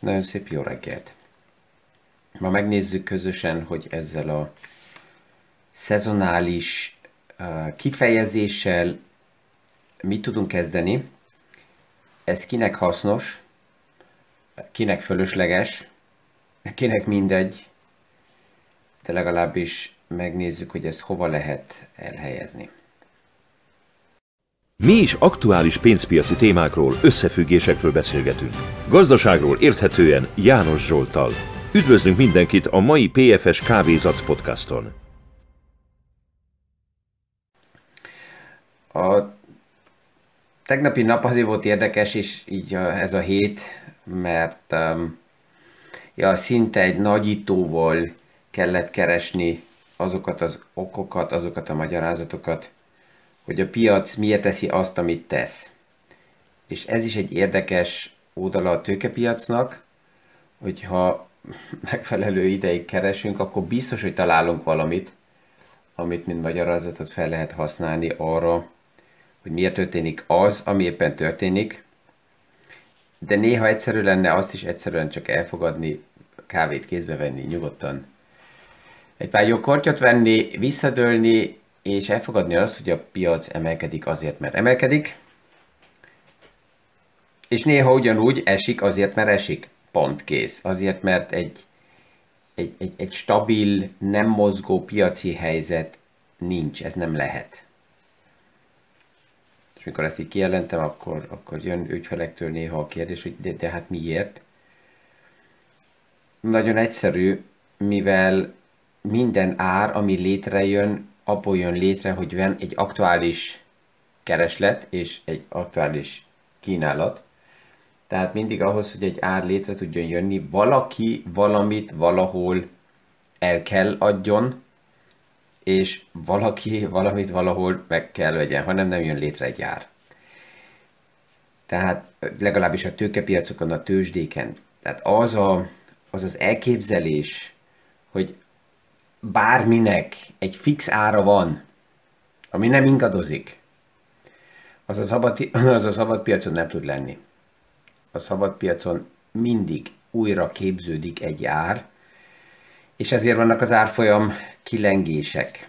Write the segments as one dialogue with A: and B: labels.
A: Nagyon szép jó reggelt! Ma megnézzük közösen, hogy ezzel a szezonális kifejezéssel mit tudunk kezdeni. Ez kinek hasznos, kinek fölösleges, kinek mindegy, de legalábbis megnézzük, hogy ezt hova lehet elhelyezni.
B: Mi is aktuális pénzpiaci témákról, összefüggésekről beszélgetünk. Gazdaságról érthetően János Zsolttal. Üdvözlünk mindenkit a mai PFS Kávézac podcaston.
A: A tegnapi nap azért volt érdekes, és így ez a hét, mert szinte egy nagyítóval kellett keresni azokat az okokat, azokat a magyarázatokat, hogy a piac miért teszi azt, amit tesz. És ez is egy érdekes oldala a tőkepiacnak, hogyha megfelelő ideig keresünk, akkor biztos, hogy találunk valamit, amit mint magyarázatot fel lehet használni arra, hogy miért történik az, ami éppen történik. De néha egyszerű lenne azt is egyszerűen csak elfogadni, kávét kézbe venni, nyugodtan. Egy pár jó kortyot venni, visszadőlni, és elfogadni azt, hogy a piac emelkedik azért, mert emelkedik, és néha ugyanúgy esik azért, mert esik. Pont kész. Azért, mert egy stabil, nem mozgó piaci helyzet nincs, ez nem lehet. És mikor ezt így kijelentem, akkor jön ügyfelektől néha a kérdés, hogy de hát miért? Nagyon egyszerű, mivel minden ár, ami létrejön, abból jön létre, hogy van egy aktuális kereslet és egy aktuális kínálat. Tehát mindig ahhoz, hogy egy ár létre tudjon jönni, valaki valamit valahol el kell adjon, és valaki valamit valahol meg kell vegyen, hanem nem jön létre egy ár. Tehát legalábbis a tőkepiacokon, a tőzsdéken. Tehát az elképzelés, hogy bárminek egy fix ára van, ami nem ingadozik, az a szabad piacon nem tud lenni. A szabad piacon mindig újra képződik egy ár, és ezért vannak az árfolyam kilengések.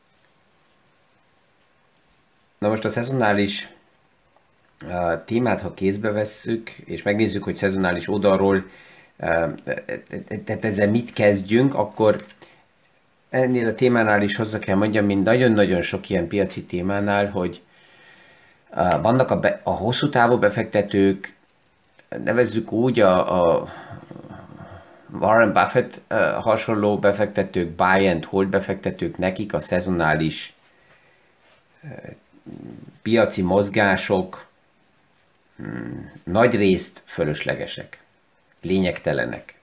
A: Na most a szezonális témát, ha kézbe vesszük, és megnézzük, hogy szezonális oldalról tehát ezzel mit kezdjünk, akkor ennél a témánál is hozzá kell mondjam, mint nagyon-nagyon sok ilyen piaci témánál, hogy vannak a hosszú távú befektetők, nevezzük úgy a Warren Buffett hasonló befektetők, buy and hold befektetők, nekik a szezonális piaci mozgások nagy részt fölöslegesek, lényegtelenek.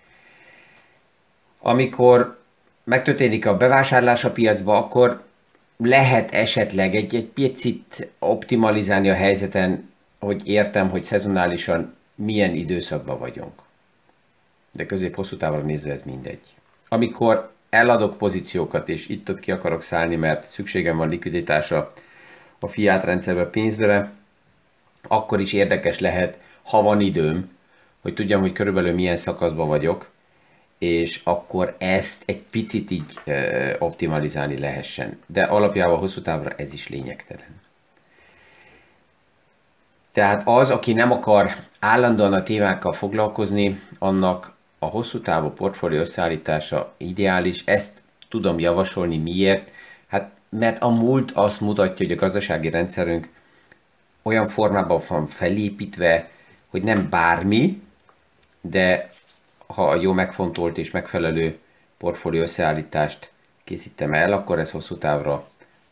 A: Amikor megtörténik a bevásárlás a piacba, akkor lehet esetleg egy picit optimalizálni a helyzeten, hogy értem, hogy szezonálisan milyen időszakban vagyunk. De közép-hosszú távra nézve ez mindegy. Amikor eladok pozíciókat, és itt-ott ki akarok szállni, mert szükségem van likviditásra a fiát rendszerbe, pénzbe, akkor is érdekes lehet, ha van időm, hogy tudjam, hogy körülbelül milyen szakaszban vagyok, és akkor ezt egy picit így optimalizálni lehessen. De alapjában hosszú távra ez is lényegtelen. Tehát az, aki nem akar állandóan a témákkal foglalkozni, annak a hosszú távú portfólió összeállítása ideális. Ezt tudom javasolni. Miért? Hát mert a múlt azt mutatja, hogy a gazdasági rendszerünk olyan formában van felépítve, hogy nem bármi, de ha a jó megfontolt és megfelelő portfólió összeállítást készítem el, akkor ez hosszú távra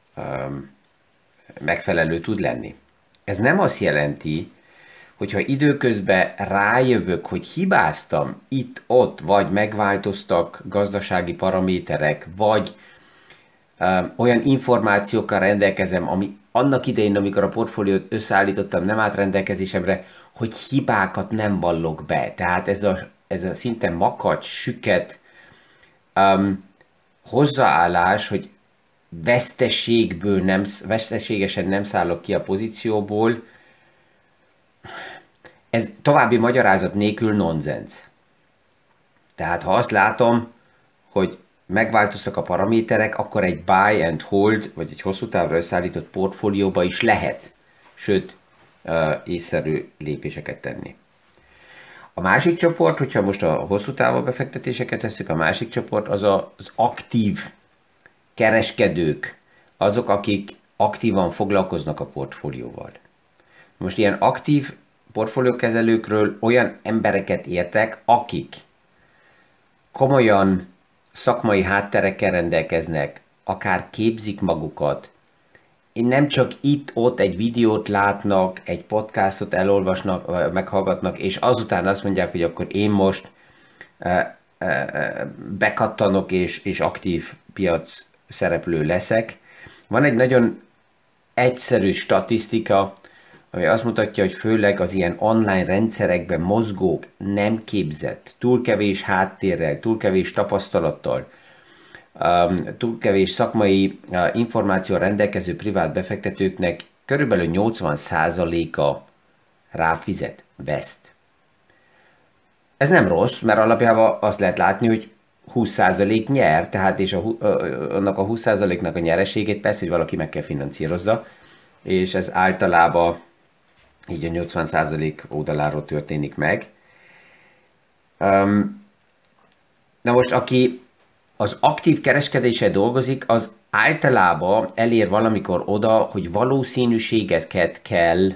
A: megfelelő tud lenni. Ez nem azt jelenti, hogyha időközben rájövök, hogy hibáztam itt-ott, vagy megváltoztak gazdasági paraméterek, vagy olyan információkkal rendelkezem, ami annak idején, amikor a portfóliót összeállítottam, nem állt rendelkezésemre, hogy hibákat nem vallok be. Tehát ez a szinte makacs, süket hozzáállás, hogy veszteségesen nem szállok ki a pozícióból, Ez további magyarázat nélkül nonsens. Tehát ha azt látom, hogy megváltoztak a paraméterek, akkor egy buy and hold, vagy egy hosszú távra összeállított portfólióba is lehet, sőt, észszerű lépéseket tenni. A másik csoport, hogyha most a hosszú távú befektetéseket tesszük, a másik csoport az az aktív kereskedők, azok, akik aktívan foglalkoznak a portfólióval. Most ilyen aktív portfóliókezelőkről olyan embereket értek, akik komolyan szakmai hátterekkel rendelkeznek, akár képzik magukat, nem csak itt-ott egy videót látnak, egy podcastot elolvasnak, meghallgatnak, és azután azt mondják, hogy akkor én most bekattanok és aktív piac szereplő leszek. Van egy nagyon egyszerű statisztika, ami azt mutatja, hogy főleg az ilyen online rendszerekben mozgók, nem képzett, túl kevés háttérrel, túl kevés tapasztalattal, túl kevés szakmai információval rendelkező privát befektetőknek körülbelül 80%-a ráfizet, veszt. Ez nem rossz, mert alapjában azt lehet látni, hogy 20% nyer, tehát és annak a 20%-nak a nyereségét persze, hogy valaki meg kell finanszírozza, és ez általában így a 80% oldaláról történik meg. Na most, aki az aktív kereskedéssel dolgozik, az általában elér valamikor oda, hogy valószínűséget kell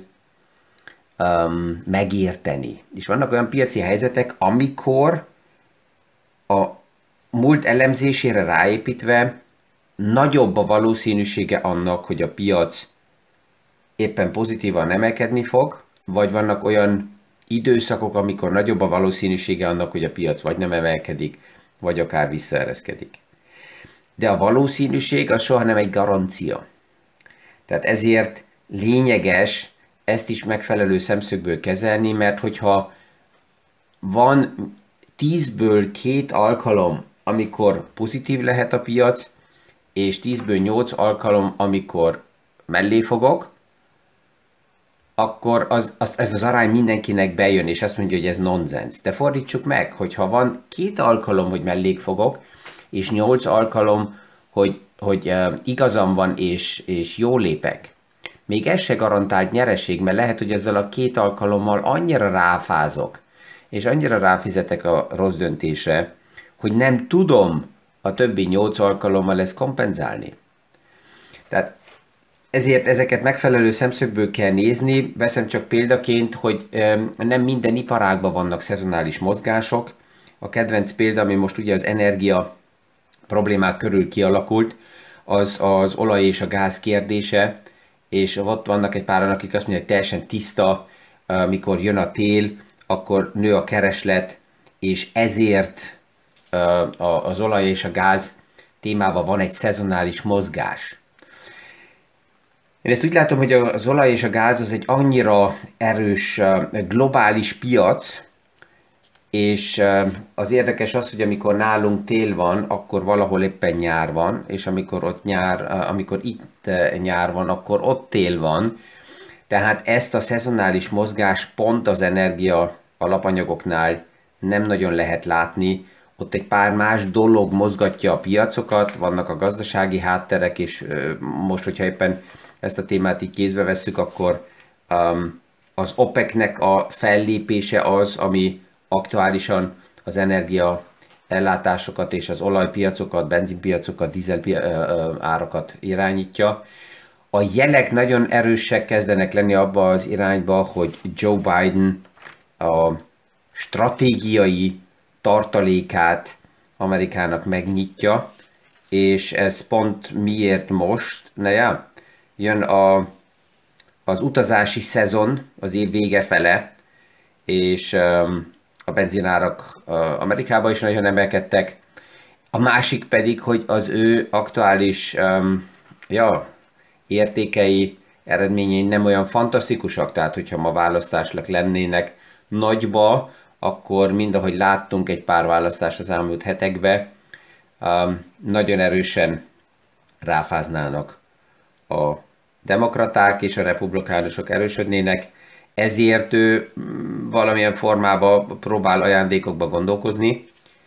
A: megérteni. És vannak olyan piaci helyzetek, amikor a múlt elemzésére ráépítve nagyobb a valószínűsége annak, hogy a piac éppen pozitívan emelkedni fog, vagy vannak olyan időszakok, amikor nagyobb a valószínűsége annak, hogy a piac vagy nem emelkedik, vagy akár visszaereszkedik. De a valószínűség az soha nem egy garancia. Tehát ezért lényeges ezt is megfelelő szemszögből kezelni, mert hogyha van 10-ből 2 alkalom, amikor pozitív lehet a piac, és 10-ből 8 alkalom, amikor mellé fogok, akkor ez az arány mindenkinek bejön, és azt mondja, hogy ez nonsens. De fordítsuk meg, hogyha van 2 alkalom, hogy mellék fogok, és 8 alkalom, hogy igazam van, és jól lépek, még ez se garantált nyereség, mert lehet, hogy ezzel a 2 alkalommal annyira ráfázok, és annyira ráfizetek a rossz döntésre, hogy nem tudom a többi 8 alkalommal ezt kompenzálni. Tehát ezért ezeket megfelelő szemszögből kell nézni. Veszem csak példaként, hogy nem minden iparágban vannak szezonális mozgások. A kedvenc példa, ami most ugye az energia problémák körül kialakult, az az olaj és a gáz kérdése, és ott vannak egy páran, akik azt mondják, hogy teljesen tiszta, mikor jön a tél, akkor nő a kereslet, és ezért az olaj és a gáz témában van egy szezonális mozgás. Én ezt úgy látom, hogy az olaj és a gáz az egy annyira erős globális piac, és az érdekes az, hogy amikor nálunk tél van, akkor valahol éppen nyár van, és amikor itt nyár van, akkor ott tél van. Tehát ezt a szezonális mozgás pont az energia alapanyagoknál nem nagyon lehet látni. Ott egy pár más dolog mozgatja a piacokat, vannak a gazdasági hátterek, és most, hogyha éppen ezt a témát így kézbe vesszük, akkor az OPEC-nek a fellépése az, ami aktuálisan az energia ellátásokat és az olajpiacokat, benzinpiacokat, dízel árakat irányítja. A jelek nagyon erősek kezdenek lenni abba az irányba, hogy Joe Biden a stratégiai tartalékát Amerikának megnyitja, és ez pont miért most? Jön az utazási szezon az év vége fele, és a benzinárak Amerikában is nagyon emelkedtek. A másik pedig, hogy az ő aktuális értékei, eredményei nem olyan fantasztikusak, tehát hogyha ma választások lennének nagyba, akkor mind ahogy láttunk egy pár választást az elmúlt hetekben, nagyon erősen ráfáznának a demokraták, és a republikánusok erősödnének. ezért ő valamilyen formában próbál ajándékokba gondolkozni.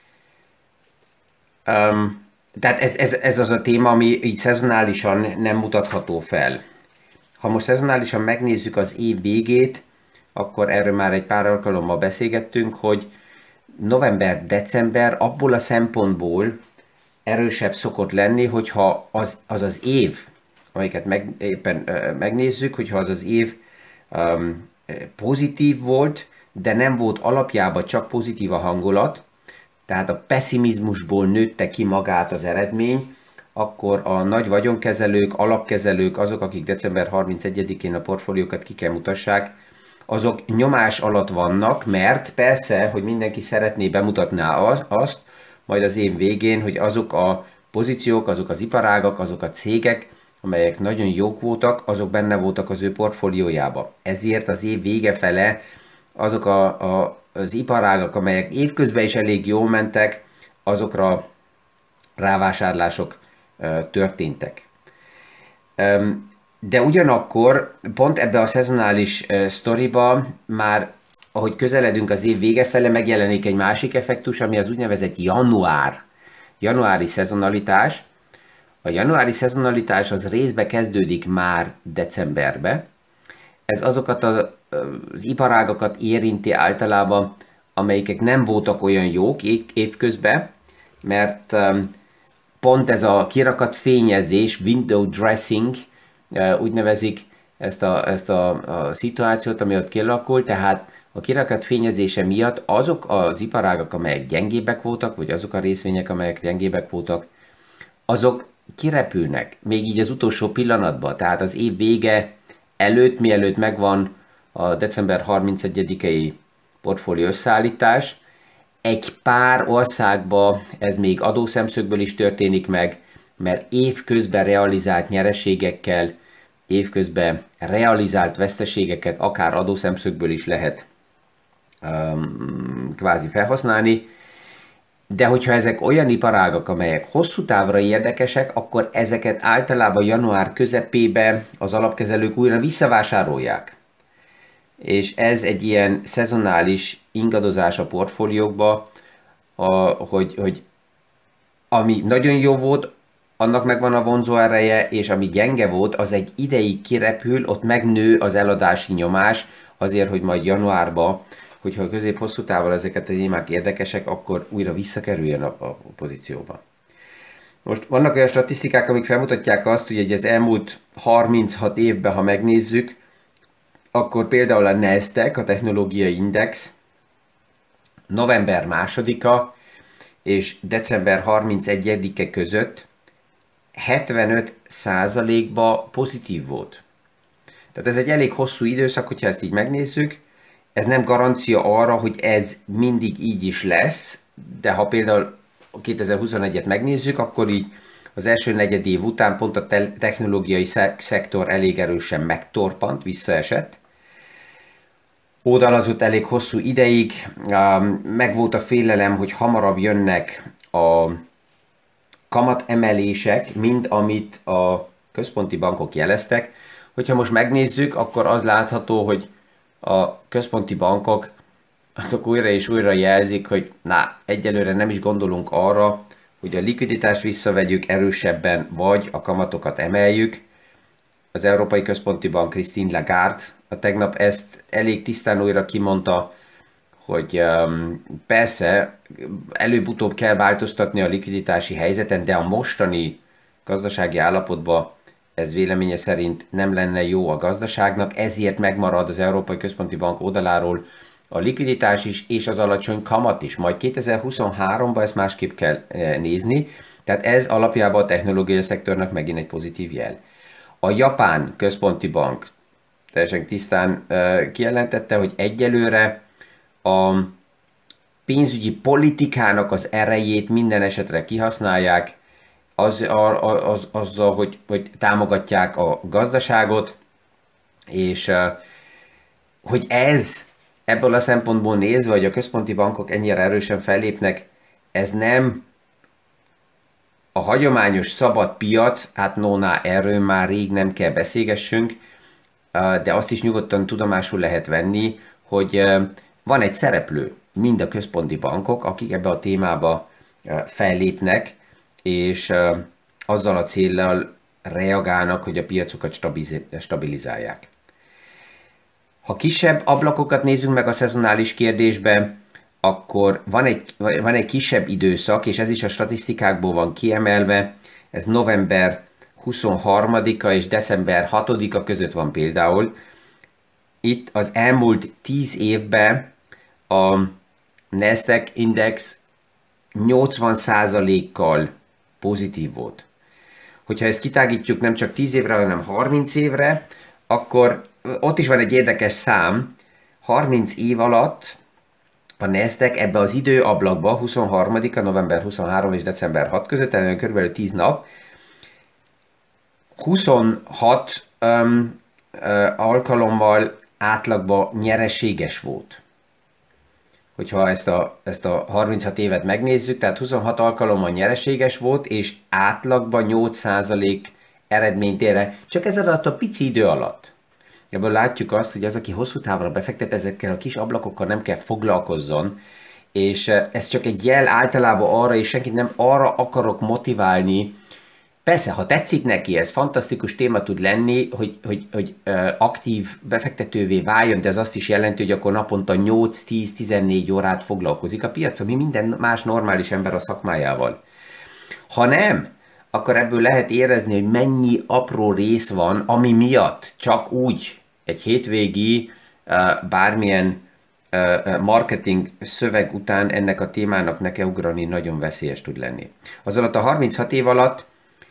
A: Tehát ez az a téma, ami így szezonálisan nem mutatható fel. Ha most szezonálisan megnézzük az év végét, akkor erről már egy pár alkalommal beszélgettünk, hogy november-december abból a szempontból erősebb szokott lenni, hogyha az év, amelyiket éppen megnézzük, hogyha az év pozitív volt, de nem volt alapjában csak pozitív a hangulat, tehát a pessimizmusból nőtte ki magát az eredmény, akkor a nagy vagyonkezelők, alapkezelők, azok, akik december 31-én a portfóliókat ki kell mutassák, azok nyomás alatt vannak, mert persze, hogy mindenki szeretné bemutatni azt, majd az év végén, hogy azok a pozíciók, azok az iparágak, azok a cégek, amelyek nagyon jók voltak, azok benne voltak az ő portfóliójába. Ezért az év vége fele azok az iparágak, amelyek évközben is elég jól mentek, azokra rávásárlások történtek. De ugyanakkor pont ebbe a szezonális sztoriba már, ahogy közeledünk az év vége fele, megjelenik egy másik effektus, ami az úgynevezett januári szezonalitás. A januári szezonalitás az részbe kezdődik már decemberbe. Ez azokat az iparágakat érinti általában, amelyikek nem voltak olyan jók évközben, mert pont ez a kirakat fényezés, window dressing, úgy nevezik ezt a szituációt, ami ott kialakult, tehát a kirakat fényezése miatt azok az iparágak, amelyek gyengébbek voltak, vagy azok a részvények, amelyek gyengébbek voltak, azok kirepülnek, még így az utolsó pillanatban, tehát az év vége előtt, mielőtt megvan a december 31-i portfólió összeállítás, egy pár országban ez még adószemszögből is történik meg, mert évközben realizált nyereségekkel, évközben realizált veszteségeket akár adószemszögből is lehet kvázi felhasználni, de hogyha ezek olyan iparágak, amelyek hosszú távra érdekesek, akkor ezeket általában január közepébe az alapkezelők újra visszavásárolják. És ez egy ilyen szezonális ingadozás a portfóliókba, hogy ami nagyon jó volt, annak megvan a vonzó ereje, és ami gyenge volt, az egy ideig kirepül, ott megnő az eladási nyomás, azért, hogy majd januárban, hogyha a közép-hosszú távon ezeket a témák érdekesek, akkor újra visszakerüljön a pozícióba. Most vannak olyan statisztikák, amik felmutatják azt, hogy az elmúlt 36 évben, ha megnézzük, akkor például a Nasdaq, a technológiai index, november 2-a és december 31-e között 75%-ba pozitív volt. Tehát ez egy elég hosszú időszak, hogyha ezt így megnézzük. Ez nem garancia arra, hogy ez mindig így is lesz, de ha például 2021-et megnézzük, akkor így az első negyed év után pont a technológiai szektor elég erősen megtorpant, visszaesett. Oldalazott elég hosszú ideig, meg volt a félelem, hogy hamarabb jönnek a kamatemelések, mint amit a központi bankok jeleztek. Hogyha most megnézzük, akkor az látható, hogy a központi bankok azok újra és újra jelzik, hogy egyelőre nem is gondolunk arra, hogy a likviditást visszavegyük erősebben, vagy a kamatokat emeljük. Az Európai Központi Bank Christine Lagarde tegnap ezt elég tisztán újra kimondta, hogy persze előbb-utóbb kell változtatni a likviditási helyzeten, de a mostani gazdasági állapotban ez véleménye szerint nem lenne jó a gazdaságnak, ezért megmarad az Európai Központi Bank oldaláról a likviditás is, és az alacsony kamat is. Majd 2023-ban ezt másképp kell nézni, tehát ez alapjában a technológiai szektornak megint egy pozitív jel. A Japán Központi Bank teljesen tisztán kijelentette, hogy egyelőre a pénzügyi politikának az erejét minden esetre kihasználják, azzal, hogy támogatják a gazdaságot, és hogy ez ebből a szempontból nézve, hogy a központi bankok ennyire erősen fellépnek, ez nem a hagyományos szabad piac, hát erről már rég nem kell beszélgessünk, de azt is nyugodtan tudomásul lehet venni, hogy van egy szereplő, mind a központi bankok, akik ebbe a témába fellépnek, és azzal a céllal reagálnak, hogy a piacokat stabilizálják. Ha kisebb ablakokat nézzünk meg a szezonális kérdésben, akkor van egy kisebb időszak, és ez is a statisztikákból van kiemelve, ez november 23-a és december 6-a között van például. Itt az elmúlt 10 évben a Nasdaq Index 80%-kal pozitív volt. Hogyha ezt kitágítjuk nem csak 10 évre, hanem 30 évre, akkor ott is van egy érdekes szám. 30 év alatt a Nasdaq ebbe az időablakba, 23-a, november 23 és december 6 között, tehát kb. 10 nap, 26 alkalommal átlagban nyereséges volt. Hogyha ezt a 36 évet megnézzük, tehát 26 alkalommal nyereséges volt, és átlagban 8% eredményt ér el, csak ez alatt a pici idő alatt. Ebből látjuk azt, hogy az, aki hosszú távra befektet, ezekkel a kis ablakokkal nem kell foglalkozzon, és ez csak egy jel általában arra, és senkit nem arra akarok motiválni. Persze, ha tetszik neki, ez fantasztikus téma tud lenni, hogy aktív befektetővé váljon, de ez azt is jelenti, hogy akkor naponta 8-10-14 órát foglalkozik a piacon, mi minden más normális ember a szakmájával. Ha nem, akkor ebből lehet érezni, hogy mennyi apró rész van, ami miatt csak úgy egy hétvégi bármilyen marketing szöveg után ennek a témának ne kell ugrani, nagyon veszélyes tud lenni. Az alatt a 36 év alatt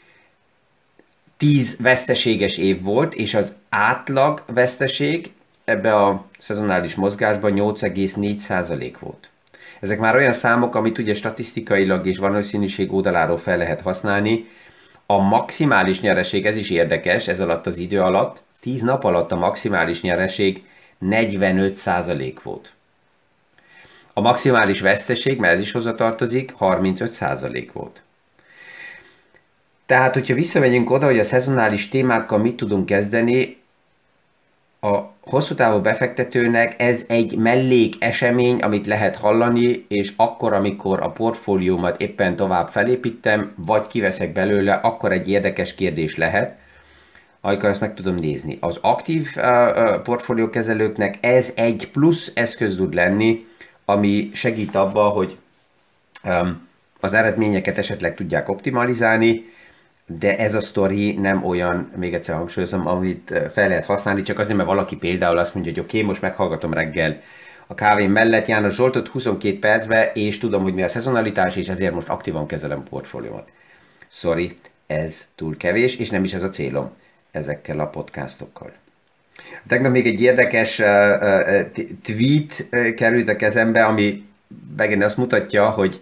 A: 10 veszteséges év volt, és az átlag veszteség ebbe a szezonális mozgásban 8,4% volt. Ezek már olyan számok, amit ugye statisztikailag és valószínűség oldaláról fel lehet használni. A maximális nyereség, ez is érdekes, ez alatt az idő alatt, 10 nap alatt a maximális nyereség 45% volt. A maximális veszteség, mert ez is hozzatartozik, 35% volt. Tehát, hogyha visszamegyünk oda, hogy a szezonális témákkal mit tudunk kezdeni, a hosszú távú befektetőnek ez egy mellék esemény, amit lehet hallani, és akkor, amikor a portfóliómat éppen tovább felépítem, vagy kiveszek belőle, akkor egy érdekes kérdés lehet, amikor ezt meg tudom nézni. Az aktív portfóliókezelőknek ez egy plusz eszköz tud lenni, ami segít abba, hogy az eredményeket esetleg tudják optimalizálni, de ez a sztori nem olyan, még egyszer hangsúlyozom, amit fel lehet használni, csak azért, mert valaki például azt mondja, hogy oké, most meghallgatom reggel a kávém mellett János Zsoltot 22 percbe, és tudom, hogy mi a szezonalitás, és ezért most aktívan kezelem a portfóliómat. Sorry, ez túl kevés, és nem is ez a célom ezekkel a podcastokkal. Tegnap még egy érdekes tweet került a kezembe, ami megint azt mutatja, hogy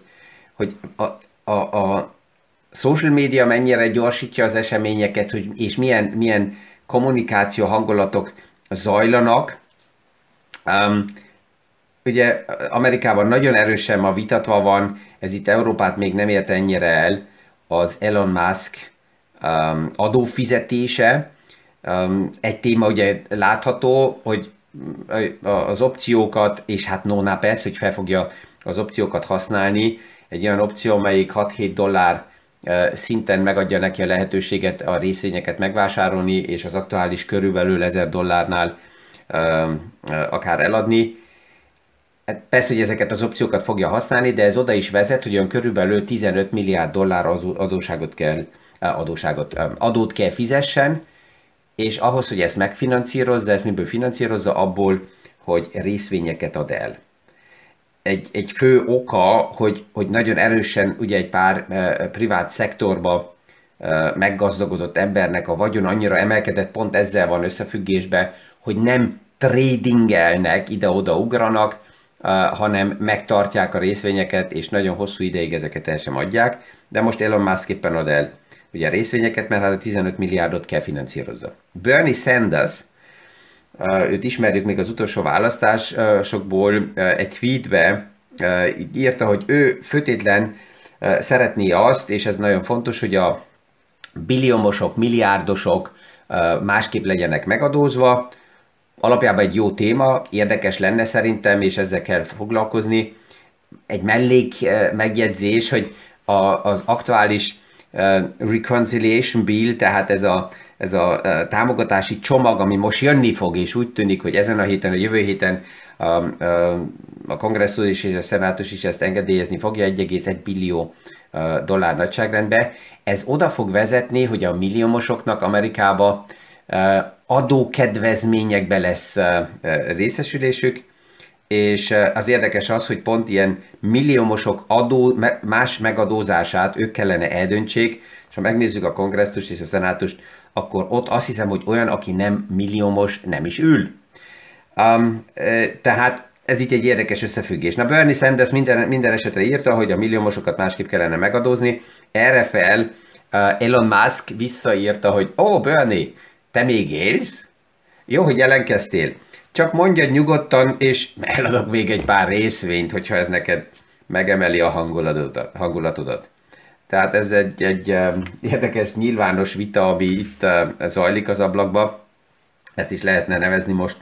A: a social media mennyire gyorsítja az eseményeket, és milyen kommunikáció hangulatok zajlanak. Ugye Amerikában nagyon erősen ma vitatva van, ez itt Európát még nem ért ennyire el, az Elon Musk adófizetése. Egy téma ugye látható, hogy az opciókat, és hát nóná persze, hogy fel fogja az opciókat használni, egy olyan opció, amelyik 6-7 dollár szinten megadja neki a lehetőséget a részvényeket megvásárolni, és az aktuális körülbelül 1000 dollárnál akár eladni. Persze, hogy ezeket az opciókat fogja használni, de ez oda is vezet, hogy olyan körülbelül 15 milliárd dollár adót kell fizessen, és ahhoz, hogy ezt megfinanszírozza, ezt miből finanszírozza? Abból, hogy részvényeket ad el. Egy fő oka, hogy nagyon erősen ugye egy pár privát szektorba meggazdagodott embernek a vagyon annyira emelkedett, pont ezzel van összefüggésben, hogy nem tradingelnek, ide-oda ugranak, hanem megtartják a részvényeket, és nagyon hosszú ideig ezeket el sem adják, de most Elon Musk éppen ad el ugye részvényeket, mert hát a 15 milliárdot kell finanszírozza. Bernie Sanders, őt ismerjük még az utolsó választásokból, egy tweetbe írta, hogy ő főtétlen szeretné azt, és ez nagyon fontos, hogy a billiomosok, milliárdosok másképp legyenek megadózva. Alapjában egy jó téma, érdekes lenne szerintem, és ezzel kell foglalkozni. Egy mellék megjegyzés, hogy az aktuális Reconciliation Bill, tehát ez a támogatási csomag, ami most jönni fog, és úgy tűnik, hogy ezen a héten, a jövő héten a kongresszus és a szenátus is ezt engedélyezni fogja 1,1 billió dollár nagyságrendbe. Ez oda fog vezetni, hogy a milliómosoknak Amerikába adókedvezményekbe lesz részesülésük, és az érdekes az, hogy pont ilyen milliómosok más megadózását ők kellene eldöntsék, és ha megnézzük a kongresszust és a szenátust, akkor ott azt hiszem, hogy olyan, aki nem milliómos, nem is ül. Tehát ez itt egy érdekes összefüggés. Na, Bernie Sanders minden esetre írta, hogy a milliómosokat másképp kellene megadózni. Erre fel Elon Musk visszaírta, hogy Bernie, te még élsz? Jó, hogy jelentkeztél. Csak mondjad nyugodtan, és eladok még egy pár részvényt, hogyha ez neked megemeli a hangulatodat. Tehát ez egy érdekes nyilvános vita, ami itt zajlik az ablakban. Ezt is lehetne nevezni most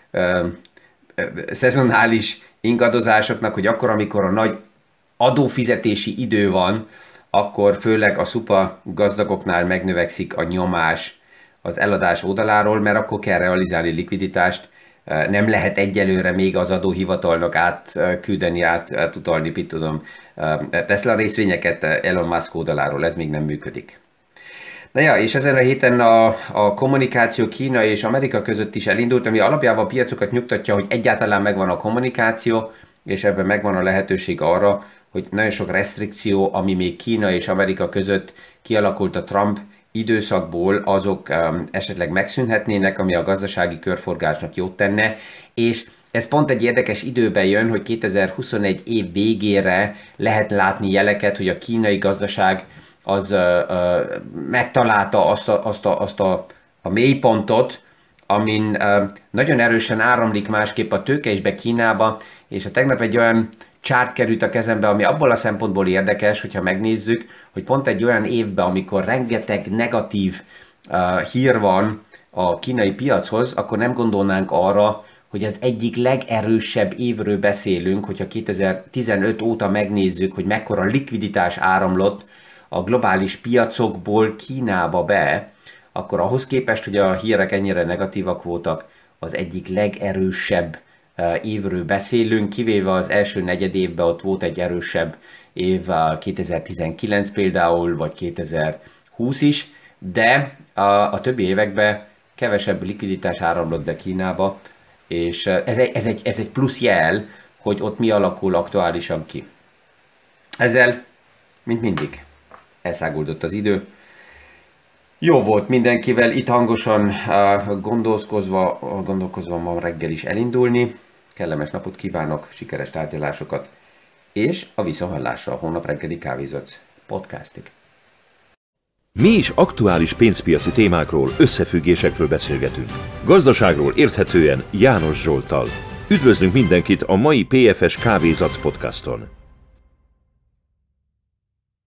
A: szezonális ingadozásoknak, hogy akkor, amikor a nagy adófizetési idő van, akkor főleg a szuper gazdagoknál megnövekszik a nyomás az eladás oldaláról, mert akkor kell realizálni likviditást, nem lehet egyelőre még az adóhivatalnak átküldeni, átutalni, Tesla részvényeket Elon Musk oldaláról, ez még nem működik. Na ja, és ezen a héten a kommunikáció Kína és Amerika között is elindult, ami alapjában a piacokat nyugtatja, hogy egyáltalán megvan a kommunikáció, és ebben megvan a lehetőség arra, hogy nagyon sok restrikció, ami még Kína és Amerika között kialakult a Trump időszakból, azok esetleg megszűnhetnének, ami a gazdasági körforgásnak jót tenne, és ez pont egy érdekes időben jön, hogy 2021 év végére lehet látni jeleket, hogy a kínai gazdaság az megtalálta azt a mélypontot, amin nagyon erősen áramlik másképp a tőke is be Kínába, és a tegnap egy olyan chart került a kezembe, ami abból a szempontból érdekes, hogyha megnézzük, hogy pont egy olyan évben, amikor rengeteg negatív hír van a kínai piachoz, akkor nem gondolnánk arra, hogy az egyik legerősebb évről beszélünk, hogyha 2015 óta megnézzük, hogy mekkora likviditás áramlott a globális piacokból Kínába be, akkor ahhoz képest, hogy a hírek ennyire negatívak voltak, az egyik legerősebb évről beszélünk, kivéve az első negyed évben ott volt egy erősebb év, 2019 például, vagy 2020 is, de a többi években kevesebb likviditás áramlott be Kínába, és ez egy plusz jel, hogy ott mi alakul aktuálisan ki. Ezzel, mint mindig, elszáguldott az idő. Jó volt mindenkivel itt hangosan gondolkozva ma reggel is elindulni. Kellemes napot kívánok, sikeres tárgyalásokat, és a viszonthallásra a Holnap reggeli Kávézac podcastig.
B: Mi is aktuális pénzpiaci témákról, összefüggésekről beszélgetünk. Gazdaságról érthetően János Zsolttal. Üdvözlünk mindenkit a mai PFS Kávézac podcaston!